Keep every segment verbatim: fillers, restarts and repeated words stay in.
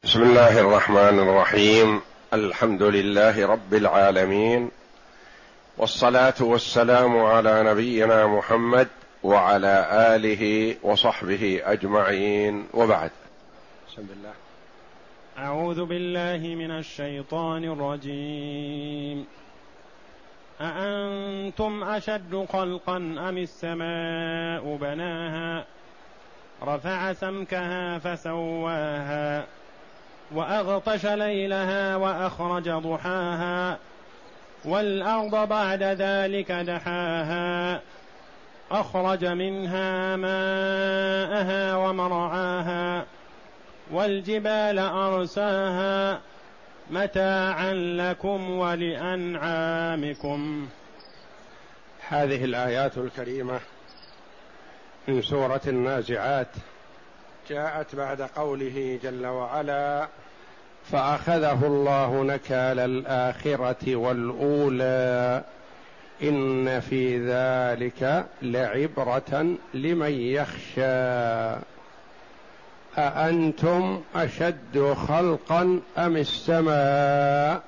بسم الله الرحمن الرحيم. الحمد لله رب العالمين، والصلاة والسلام على نبينا محمد وعلى آله وصحبه أجمعين، وبعد. بسم الله. أعوذ بالله من الشيطان الرجيم. أأنتم أشد خلقا أم السماء بناها رفع سمكها فسواها وأغطش ليلها وأخرج ضحاها والأرض بعد ذلك دحاها أخرج منها ماءها ومرعاها والجبال أرساها متاعا لكم ولأنعامكم. هذه الآيات الكريمة من سورة النازعات جاءت بعد قوله جل وعلا: فأخذه الله نكال الآخرة والأولى إن في ذلك لعبرة لمن يخشى أأنتم أشد خلقا أم السماء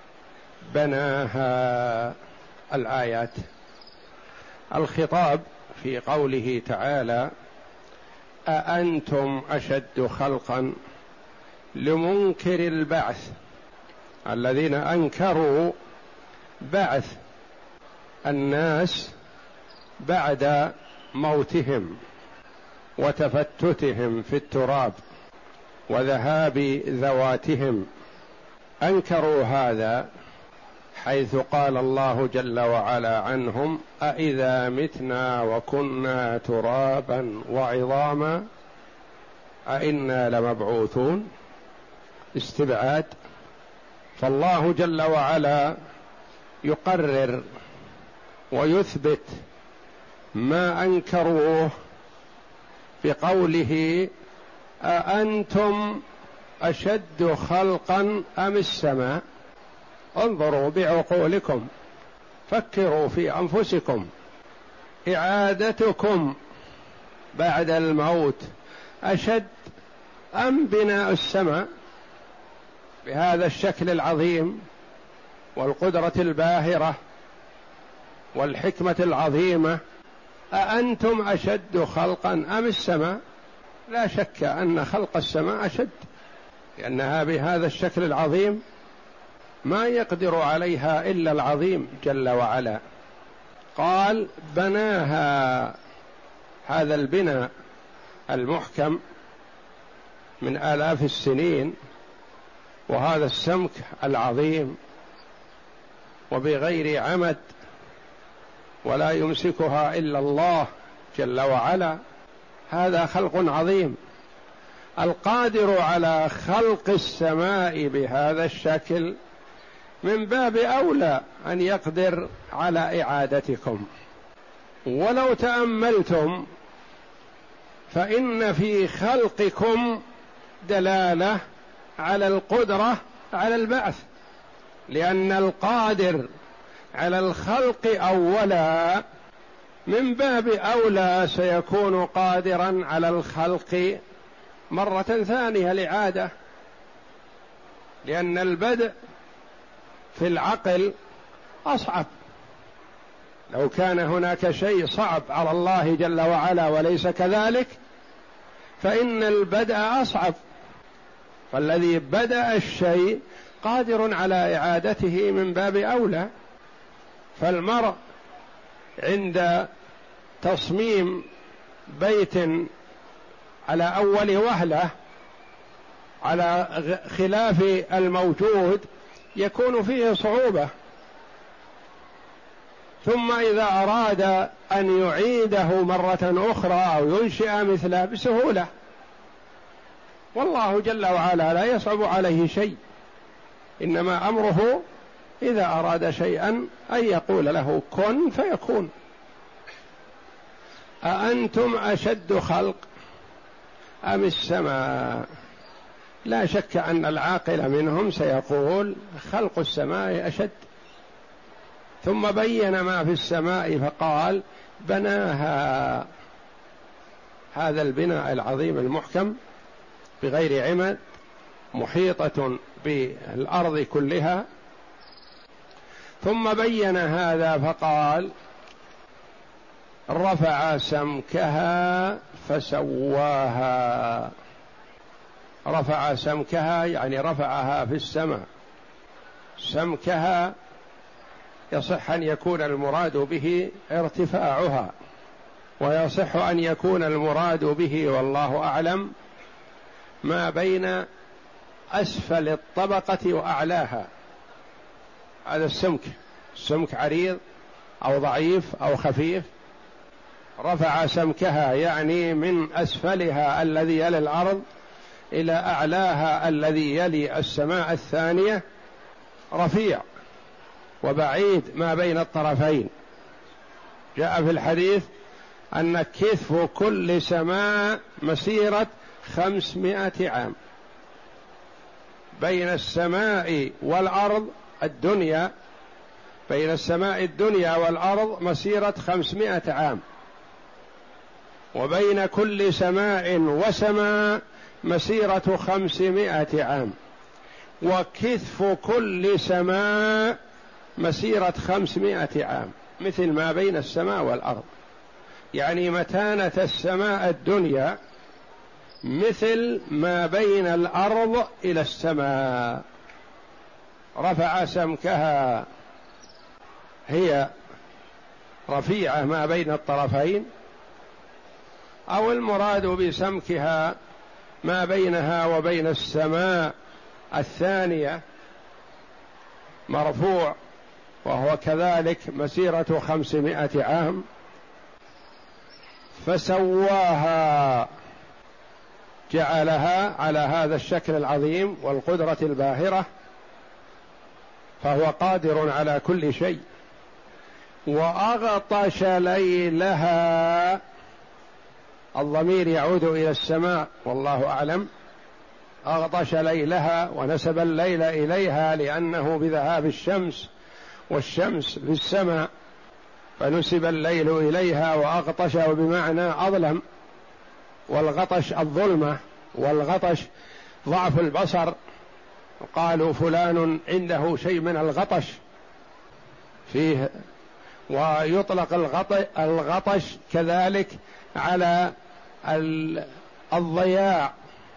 بناها. الآيات. الخطاب في قوله تعالى أأنتم أشد خلقا لمنكر البعث، الذين أنكروا بعث الناس بعد موتهم وتفتتهم في التراب وذهاب ذواتهم، أنكروا هذا، حيث قال الله جل وعلا عنهم: أإذا متنا وكنا ترابا وعظاما أإنا لمبعوثون. استبعاد. فالله جل وعلا يقرر ويثبت ما أنكروه بقوله: أأنتم أشد خلقا أم السماء. انظروا بعقولكم، فكروا في أنفسكم، إعادتكم بعد الموت أشد أم بناء السماء بهذا الشكل العظيم والقدرة الباهرة والحكمة العظيمة؟ أأنتم أشد خلقا أم السماء؟ لا شك أن خلق السماء أشد، لأنها بهذا الشكل العظيم ما يقدر عليها إلا العظيم جل وعلا. قال: بناها. هذا البناء المحكم من آلاف السنين، وهذا السمك العظيم وبغير عمد ولا يمسكها إلا الله جل وعلا، هذا خلق عظيم. القادر على خلق السماء بهذا الشكل من باب أولى أن يقدر على إعادتكم. ولو تأملتم فإن في خلقكم دلالة على القدرة على البعث، لأن القادر على الخلق أولا من باب أولى سيكون قادرا على الخلق مرة ثانية الإعادة، لأن البدء في العقل أصعب. لو كان هناك شيء صعب على الله جل وعلا وليس كذلك فإن البدء أصعب، فالذي بدأ الشيء قادر على إعادته من باب أولى. فالمرء عند تصميم بيت على أول وهلة على خلاف الموجود يكون فيه صعوبة، ثم إذا أراد أن يعيده مرة أخرى أو ينشئ مثله بسهولة. والله جل وعلا لا يصعب عليه شيء، إنما أمره إذا أراد شيئا أن يقول له كن فيكون. أأنتم أشد خلق أم السماء؟ لا شك أن العاقل منهم سيقول خلق السماء أشد، ثم بين ما في السماء فقال: بناها. هذا البناء العظيم المحكم بغير عمد محيطة بالأرض كلها. ثم بين هذا فقال: رفع سمكها فسواها. رفع سمكها يعني رفعها في السماء. سمكها يصح أن يكون المراد به ارتفاعها، ويصح أن يكون المراد به والله أعلم ما بين أسفل الطبقة وأعلاها. هذا السمك، السمك عريض أو ضعيف أو خفيف. رفع سمكها يعني من أسفلها الذي يلي الأرض إلى أعلاها الذي يلي السماء الثانية رفيع وبعيد ما بين الطرفين. جاء في الحديث أن كثف كل سماء مسيرة خمسمائة عام. بين السماء والأرض الدنيا، بين السماء الدنيا والأرض مسيرة خمسمائة عام، وبين كل سماء وسماء مسيرة خمسمائة عام، وكثف كل سماء مسيرة خمسمائة عام، مثل ما بين السماء والأرض. يعني متانة السماء الدنيا مثل ما بين الأرض إلى السماء. رفع سمكها هي رفيعة ما بين الطرفين، أو المراد بسمكها ما بينها وبين السماء الثانية مرفوع، وهو كذلك مسيرة خمسمائة عام. فسواها، جعلها على هذا الشكل العظيم والقدرة الباهرة، فهو قادر على كل شيء. وأغطش ليلها، الضمير يعود إلى السماء والله أعلم. أغطش ليلها ونسب الليل إليها لأنه بذهاب الشمس، والشمس في السماء، فنسب الليل إليها. وأغطش بمعنى أظلم، والغطش الظلمة، والغطش ضعف البصر. قالوا فلان عنده شيء من الغطش فيه. ويطلق الغطش كذلك على الضياع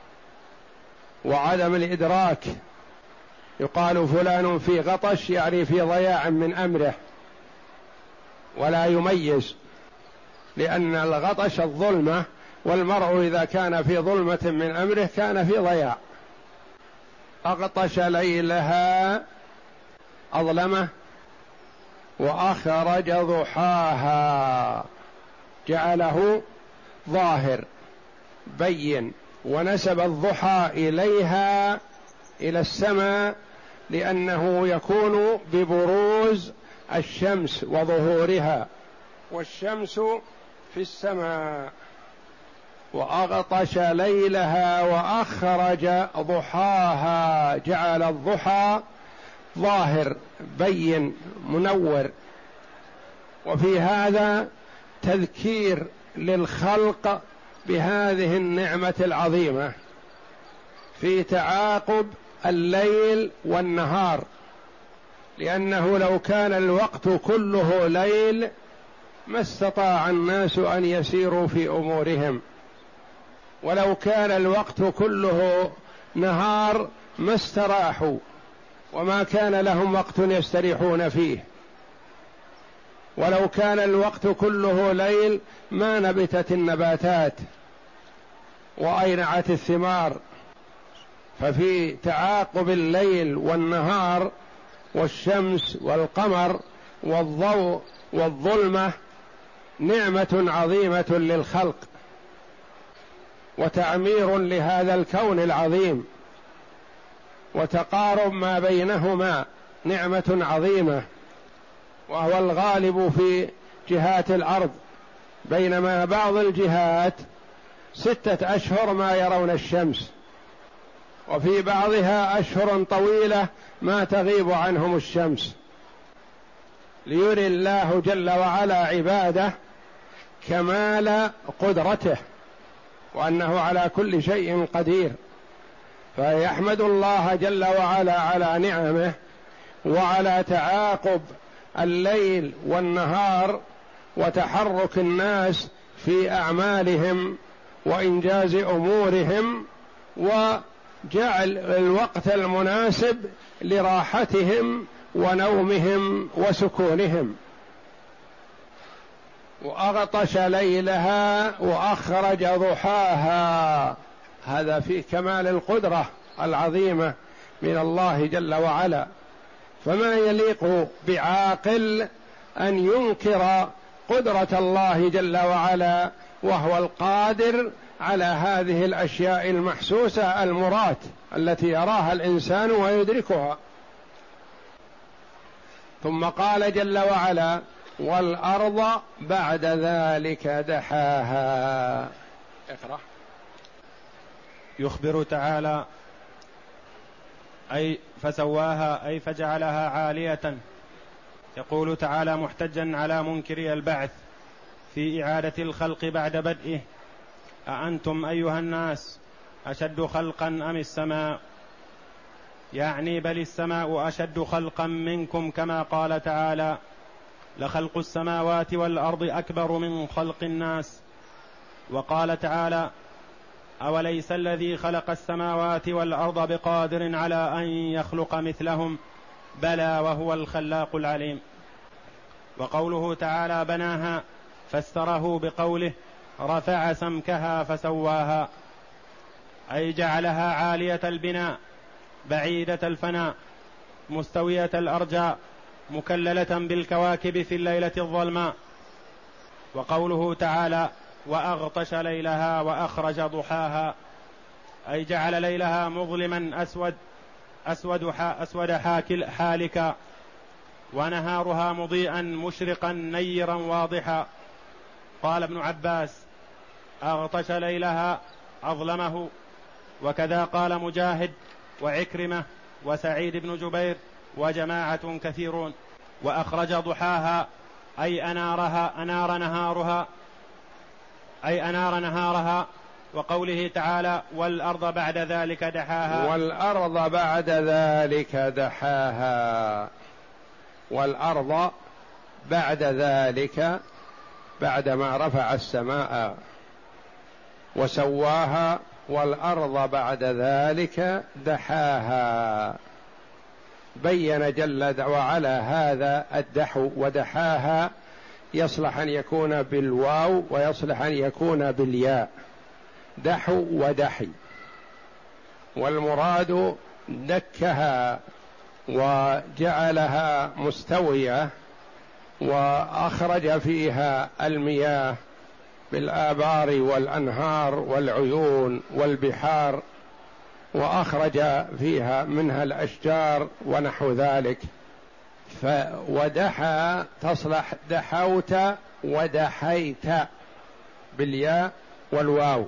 وعدم الإدراك. يقال فلان في غطش يعني في ضياع من أمره ولا يميز، لأن الغطش الظلمة، والمرء إذا كان في ظلمة من أمره كان في ضياع. أغطش ليلها أظلمه، وأخرج ضحاها، جعله ظاهر بين، ونسب الضحى إليها إلى السماء لأنه يكون ببروز الشمس وظهورها، والشمس في السماء. وأغطش ليلها وأخرج ضحاها، جعل الضحى ظاهر بين منور. وفي هذا تذكير للخلق بهذه النعمة العظيمة في تعاقب الليل والنهار، لأنه لو كان الوقت كله ليل ما استطاع الناس أن يسيروا في أمورهم، ولو كان الوقت كله نهار ما استراحوا، وما كان لهم وقت يستريحون فيه. ولو كان الوقت كله ليل ما نبتت النباتات وأينعت الثمار. ففي تعاقب الليل والنهار والشمس والقمر والضوء والظلمة نعمة عظيمة للخلق، وتعمير لهذا الكون العظيم، وتقارب ما بينهما نعمة عظيمة. وهو الغالب في جهات الأرض، بينما بعض الجهات ستة أشهر ما يرون الشمس، وفي بعضها أشهر طويلة ما تغيب عنهم الشمس، ليري الله جل وعلا عباده كمال قدرته وأنه على كل شيء قدير. فيحمد الله جل وعلا على نعمه وعلى تعاقب الليل والنهار وتحرك الناس في أعمالهم وإنجاز أمورهم، وجعل الوقت المناسب لراحتهم ونومهم وسكونهم. وأغطش ليلها وأخرج ضحاها، هذا في كمال القدرة العظيمة من الله جل وعلا. فما يليق بعاقل أن ينكر قدرة الله جل وعلا وهو القادر على هذه الأشياء المحسوسة المرات التي يراها الإنسان ويدركها. ثم قال جل وعلا: والأرض بعد ذلك دحاها. اقرأ. يخبر تعالى أي فسواها أي فجعلها عالية. يقول تعالى محتجا على منكري البعث في إعادة الخلق بعد بدئه: أأنتم أيها الناس أشد خلقا أم السماء؟ يعني بل السماء أشد خلقا منكم، كما قال تعالى: لخلق السماوات والأرض أكبر من خلق الناس. وقال تعالى: أوليس الذي خلق السماوات والأرض بقادر على أن يخلق مثلهم؟ بلى وهو الخلاق العليم. وقوله تعالى: بناها فسره بقوله: رفع سمكها فسواها، أي جعلها عالية البناء بعيدة الفناء مستوية الأرجاء مكللة بالكواكب في الليلة الظلماء. وقوله تعالى: وأغطش ليلها وأخرج ضحاها، أي جعل ليلها مظلما أسود أسود, أسود حالكا، ونهارها مضيئا مشرقا نيرا واضحا. قال ابن عباس: أغطش ليلها أظلمه. وكذا قال مجاهد وعكرمة وسعيد بن جبير وجماعة كثيرون. وأخرج ضحاها أي أنارها أنار نهارها أي أنار نهارها. وقوله تعالى: والأرض بعد ذلك دحاها، والأرض بعد ذلك دحاها. والأرض بعد ذلك، بعدما رفع السماء وسواها، والأرض بعد ذلك دحاها. بين جل وعلا هذا الدحو، ودحاها يصلح أن يكون بالواو ويصلح أن يكون بالياء، دحو ودحي. والمراد دكها وجعلها مستوية، وأخرج فيها المياه بالآبار والأنهار والعيون والبحار، وأخرج فيها منها الأشجار ونحو ذلك. فودحى تصلح دحوت ودحيت بالياء والواو.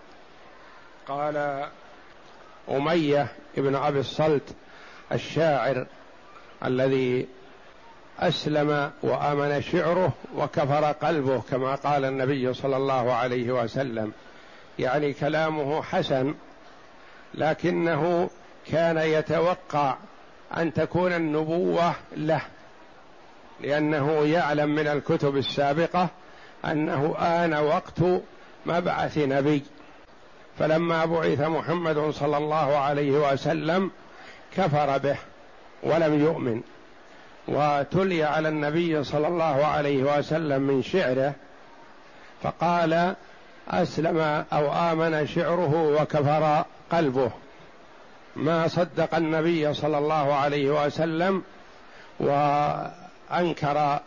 قال أمية ابن أبي الصلت الشاعر الذي أسلم وآمن شعره وكفر قلبه، كما قال النبي صلى الله عليه وسلم، يعني كلامه حسن، لكنه كان يتوقع أن تكون النبوة له، لأنه يعلم من الكتب السابقة أنه آن وقت مبعث نبي. فلما بعث محمد صلى الله عليه وسلم كفر به ولم يؤمن، وتلي على النبي صلى الله عليه وسلم من شعره فقال: أسلم أو آمن شعره وكفر قلبه. ما صدق النبي صلى الله عليه وسلم وأنكر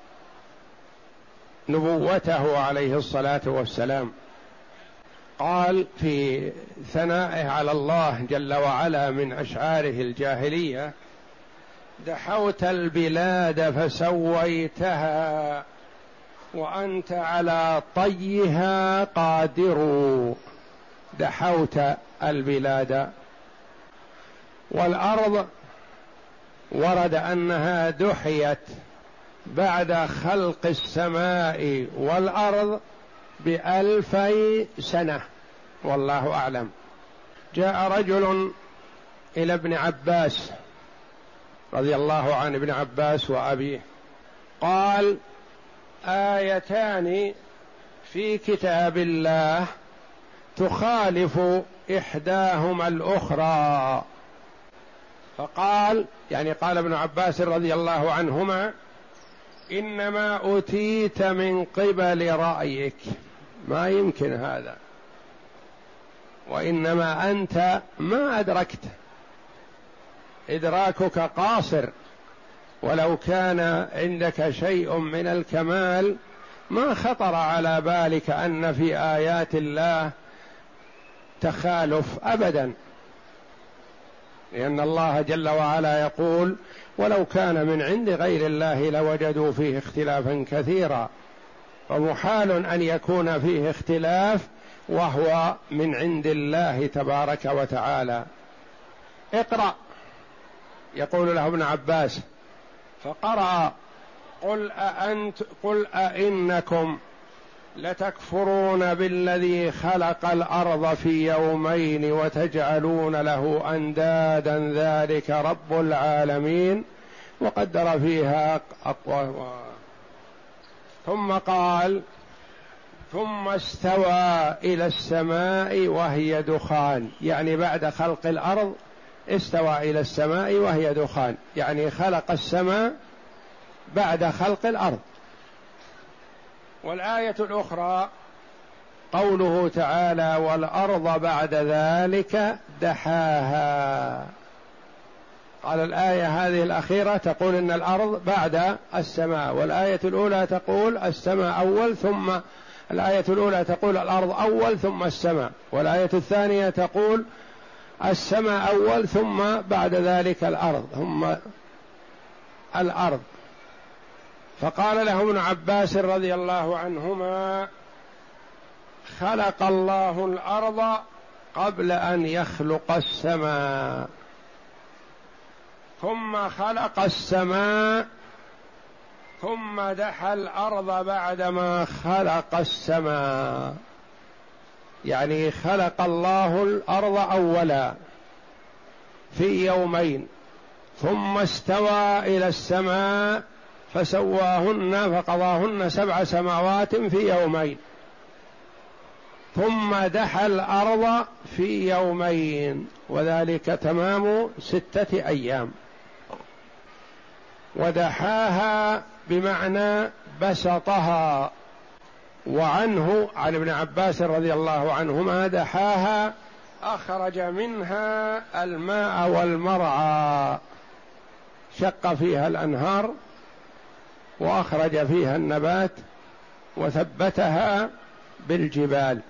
نبوته عليه الصلاة والسلام. قال في ثنائه على الله جل وعلا من أشعاره الجاهلية: دحوت البلاد فسويتها وأنت على طيها قادر. دحوت البلاد. والأرض ورد أنها دحيت بعد خلق السماء والأرض بألفي سنة، والله أعلم. جاء رجل إلى ابن عباس رضي الله عن ابن عباس وأبيه قال: آيتان في كتاب الله تخالف إحداهما الأخرى. فقال، يعني قال ابن عباس رضي الله عنهما: إنما أوتيت من قبل رأيك، ما يمكن هذا، وإنما أنت ما أدركت، إدراكك قاصر، ولو كان عندك شيء من الكمال ما خطر على بالك أن في آيات الله تخالف أبدا، لأن الله جل وعلا يقول: ولو كان من عند غير الله لوجدوا فيه اختلافا كثيرا، فمحال أن يكون فيه اختلاف وهو من عند الله تبارك وتعالى. اقرأ، يقول له ابن عباس، فقرأ: قل أأنت قل أئنكم لتكفرون بالذي خلق الأرض في يومين وتجعلون له أندادا ذلك رب العالمين وقدر فيها أقوى. ثم قال: ثم استوى إلى السماء وهي دخان، يعني بعد خلق الأرض استوى إلى السماء وهي دخان، يعني خلق السماء بعد خلق الأرض. والآية الأخرى قوله تعالى: والأرض بعد ذلك دحاها. قال الآية هذه الأخيرة تقول إن الأرض بعد السماء، والآية الأولى تقول السماء أول، ثم الآية الأولى تقول الأرض أول ثم السماء، والآية الثانية تقول السماء أول ثم بعد ذلك الأرض، ثم الأرض. فقال له ابن عباس رضي الله عنهما: خلق الله الأرض قبل أن يخلق السماء، ثم خلق السماء، ثم دحى الأرض بعدما خلق السماء، يعني خلق الله الأرض أولا في يومين، ثم استوى إلى السماء فسواهن فقضاهن سبع سماوات في يومين، ثم دحى الأرض في يومين، وذلك تمام ستة أيام. ودحاها بمعنى بسطها. وعنه عن ابن عباس رضي الله عنهما: دحاها أخرج منها الماء والمرعى، شق فيها الأنهار وأخرج فيها النبات وثبتها بالجبال.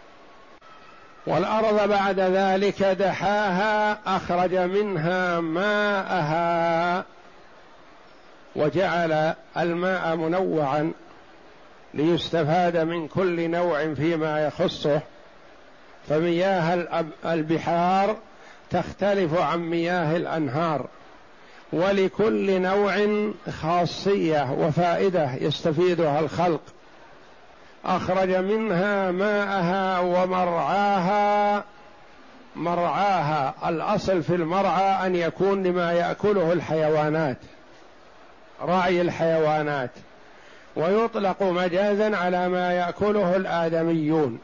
والأرض بعد ذلك دحاها أخرج منها ماءها، وجعل الماء منوعا ليستفاد من كل نوع فيما يخصه، فمياه البحار تختلف عن مياه الأنهار، ولكل نوع خاصية وفائدة يستفيدها الخلق. أخرج منها ماءها ومرعاها. مرعاها الأصل في المرعى أن يكون لما يأكله الحيوانات، رعي الحيوانات، ويطلق مجازا على ما يأكله الآدميون.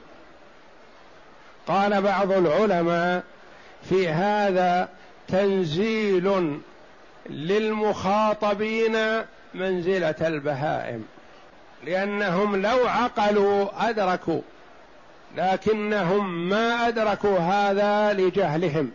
قال بعض العلماء: في هذا تنزيل للمخاطبين منزلة البهائم، لأنهم لو عقلوا أدركوا، لكنهم ما أدركوا هذا لجهلهم،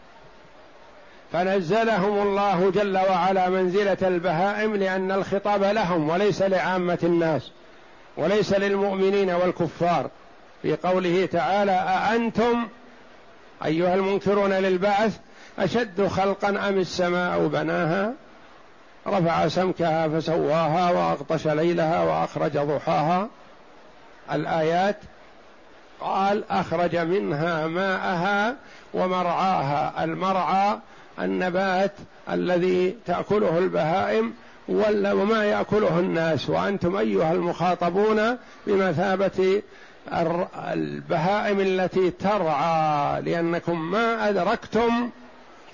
فنزلهم الله جل وعلا منزلة البهائم، لأن الخطاب لهم وليس لعامة الناس، وليس للمؤمنين والكفار، في قوله تعالى: أأنتم أيها المنكرون للبعث أشد خلقا أم السماء بناها رفع سمكها فسواها وأغطش ليلها وأخرج ضحاها. الآيات. قال: أخرج منها ماءها ومرعاها. المرعى النبات الذي تأكله البهائم وما يأكله الناس، وأنتم أيها المخاطبون بمثابة البهائم التي ترعى، لأنكم ما أدركتم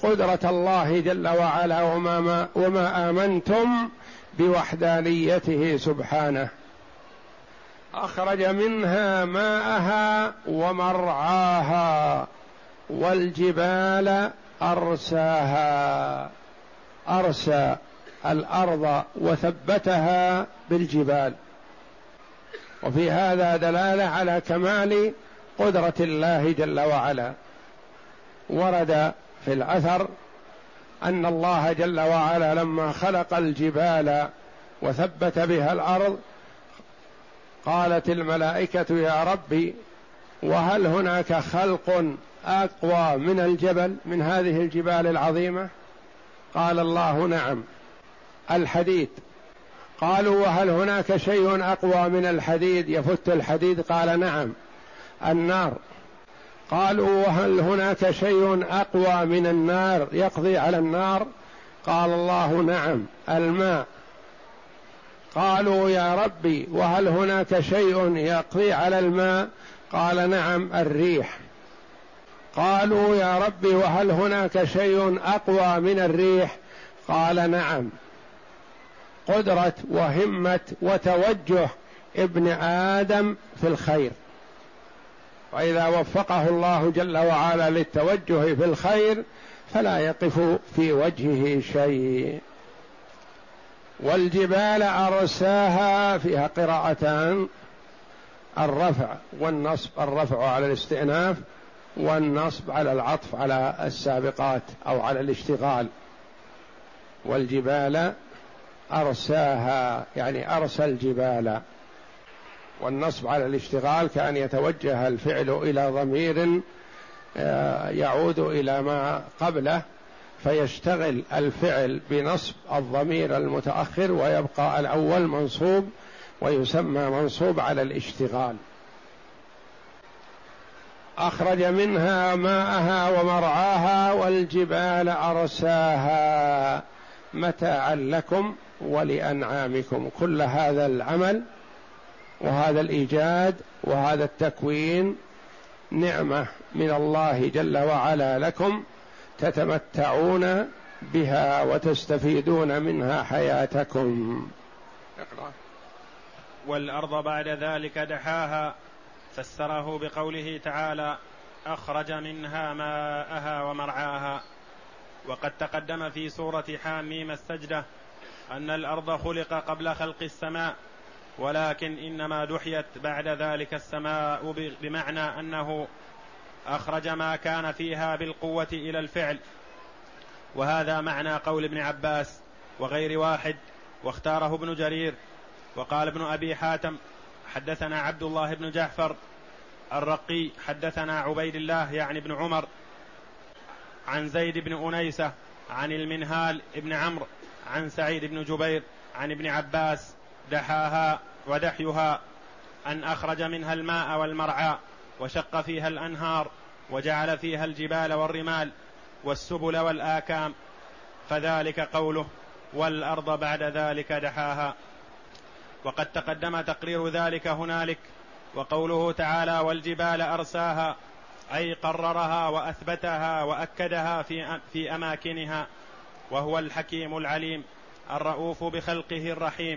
قدرة الله جل وعلا وما, وما آمنتم بوحدانيته سبحانه. أخرج منها ماءها ومرعاها والجبال أرساها. أرسى الأرض وثبتها بالجبال، وفي هذا دلالة على كمال قدرة الله جل وعلا. ورد في الأثر أن الله جل وعلا لما خلق الجبال وثبت بها الأرض قالت الملائكة يا ربي وهل هناك خلق أقوى من الجبل، من هذه الجبال العظيمة؟ قال الله نعم، الحديد. قالوا وهل هناك شيء أقوى من الحديد يفت الحديد؟ قال نعم، النار. قالوا وهل هناك شيء أقوى من النار يقضي على النار؟ قال الله نعم، الماء. قالوا يا ربي وهل هناك شيء يقضي على الماء؟ قال نعم، الريح. قالوا يا ربي وهل هناك شيء أقوى من الريح؟ قال نعم. قدرة وهمة وتوجه ابن آدم في الخير، وإذا وفقه الله جل وعلا للتوجه في الخير فلا يقف في وجهه شيء. والجبال أرساها فيها قراءتان، الرفع والنصب، الرفع على الاستئناف والنصب على العطف على السابقات أو على الاشتغال. والجبال أرساها يعني أرسى الجبال، والنصب على الاشتغال كأن يتوجه الفعل إلى ضمير يعود إلى ما قبله فيشتغل الفعل بنصب الضمير المتأخر ويبقى الأول منصوب ويسمى منصوب على الاشتغال. أخرج منها ماءها ومرعاها والجبال أرساها متاعا لكم ولأنعامكم. كل هذا العمل وهذا الإيجاد وهذا التكوين نعمة من الله جل وعلا لكم تتمتعون بها وتستفيدون منها حياتكم. اقرأ. والأرض بعد ذلك دحاها، فسره بقوله تعالى أخرج منها ماءها ومرعاها. وقد تقدم في سورة حاميم السجدة أن الأرض خلق قبل خلق السماء، ولكن إنما دحيت بعد ذلك السماء، بمعنى أنه أخرج ما كان فيها بالقوة إلى الفعل. وهذا معنى قول ابن عباس وغير واحد، واختاره ابن جرير. وقال ابن أبي حاتم حدثنا عبد الله بن جعفر الرقي حدثنا عبيد الله يعني ابن عمر عن زيد بن أنيسة عن المنهال ابن عمرو عن سعيد بن جبير عن ابن عباس دحاها ودحيها أن أخرج منها الماء والمرعى وشق فيها الأنهار وجعل فيها الجبال والرمال والسبل والآكام، فذلك قوله والأرض بعد ذلك دحاها. وقد تقدم تقرير ذلك هنالك. وقوله تعالى والجبال أرساها أي قررها وأثبتها وأكدها في, في أماكنها، وهو الحكيم العليم الرؤوف بخلقه الرحيم.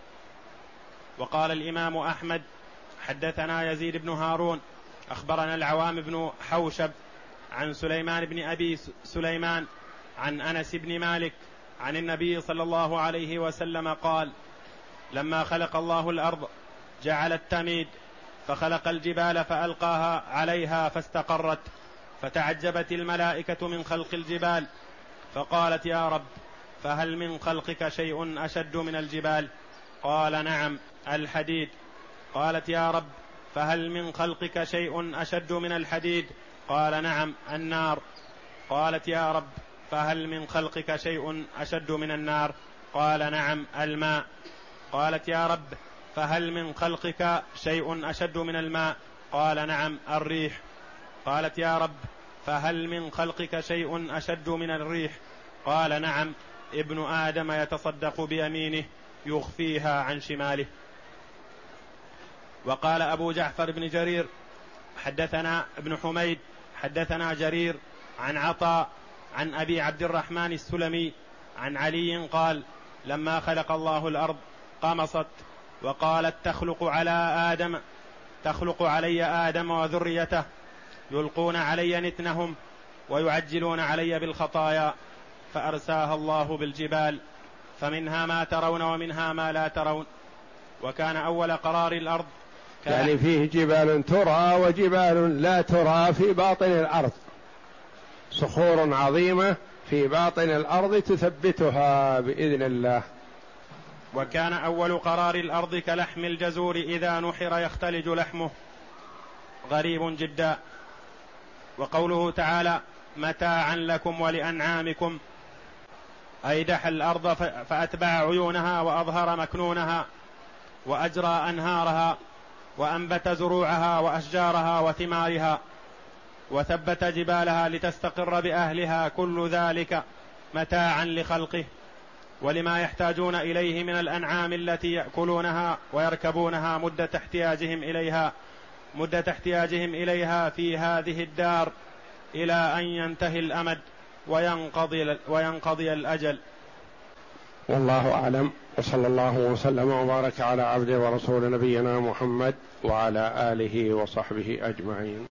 وقال الإمام أحمد حدثنا يزيد بن هارون أخبرنا العوام بن حوشب عن سليمان بن أبي سليمان عن أنس بن مالك عن النبي صلى الله عليه وسلم قال لما خلق الله الأرض جعل التميد، فخلق الجبال فألقاها عليها فاستقرت، فتعجبت الملائكة من خلق الجبال فقالت يا رب فهل من خلقك شيء أشد من الجبال؟ قال نعم الحديد. قالت يا رب فهل من خلقك شيء أشد من الحديد؟ قال نعم النار. قالت يا رب فهل من خلقك شيء أشد من النار؟ قال نعم الماء. قالت يا رب فهل من خلقك شيء أشد من الماء؟ قال نعم الريح. قالت يا رب فهل من خلقك شيء أشد من الريح؟ قال نعم ابن آدم يتصدق بيمينه يخفيها عن شماله. وقال أبو جعفر بن جرير حدثنا ابن حميد حدثنا جرير عن عطاء عن أبي عبد الرحمن السلمي عن علي قال: لما خلق الله الأرض قمصت وقالت: تخلق على آدم تخلق علي آدم وذريته يلقون علي نتنهم ويعجلون علي بالخطايا، فأرساها الله بالجبال، فمنها ما ترون ومنها ما لا ترون. وكان أول قرار الأرض يعني فيه جبال ترى وجبال لا ترى في باطن الأرض، صخور عظيمة في باطن الأرض تثبتها بإذن الله. وكان أول قرار الأرض كلحم الجزور إذا نحر يختلج لحمه، غريب جدا. وقوله تعالى: متاعا لكم ولأنعامكم، أي دحى الأرض فأتبع عيونها وأظهر مكنونها وأجرى أنهارها وأنبت زروعها وأشجارها وثمارها وثبت جبالها لتستقر بأهلها، كل ذلك متاعا لخلقه ولما يحتاجون إليه من الأنعام التي يأكلونها ويركبونها مدة احتياجهم إليها مدة احتياجهم إليها في هذه الدار إلى أن ينتهي الأمد وينقضي, وينقضي الأجل. والله أعلم، وصلى الله وسلم وبارك على عبده ورسول نبينا محمد وعلى آله وصحبه أجمعين.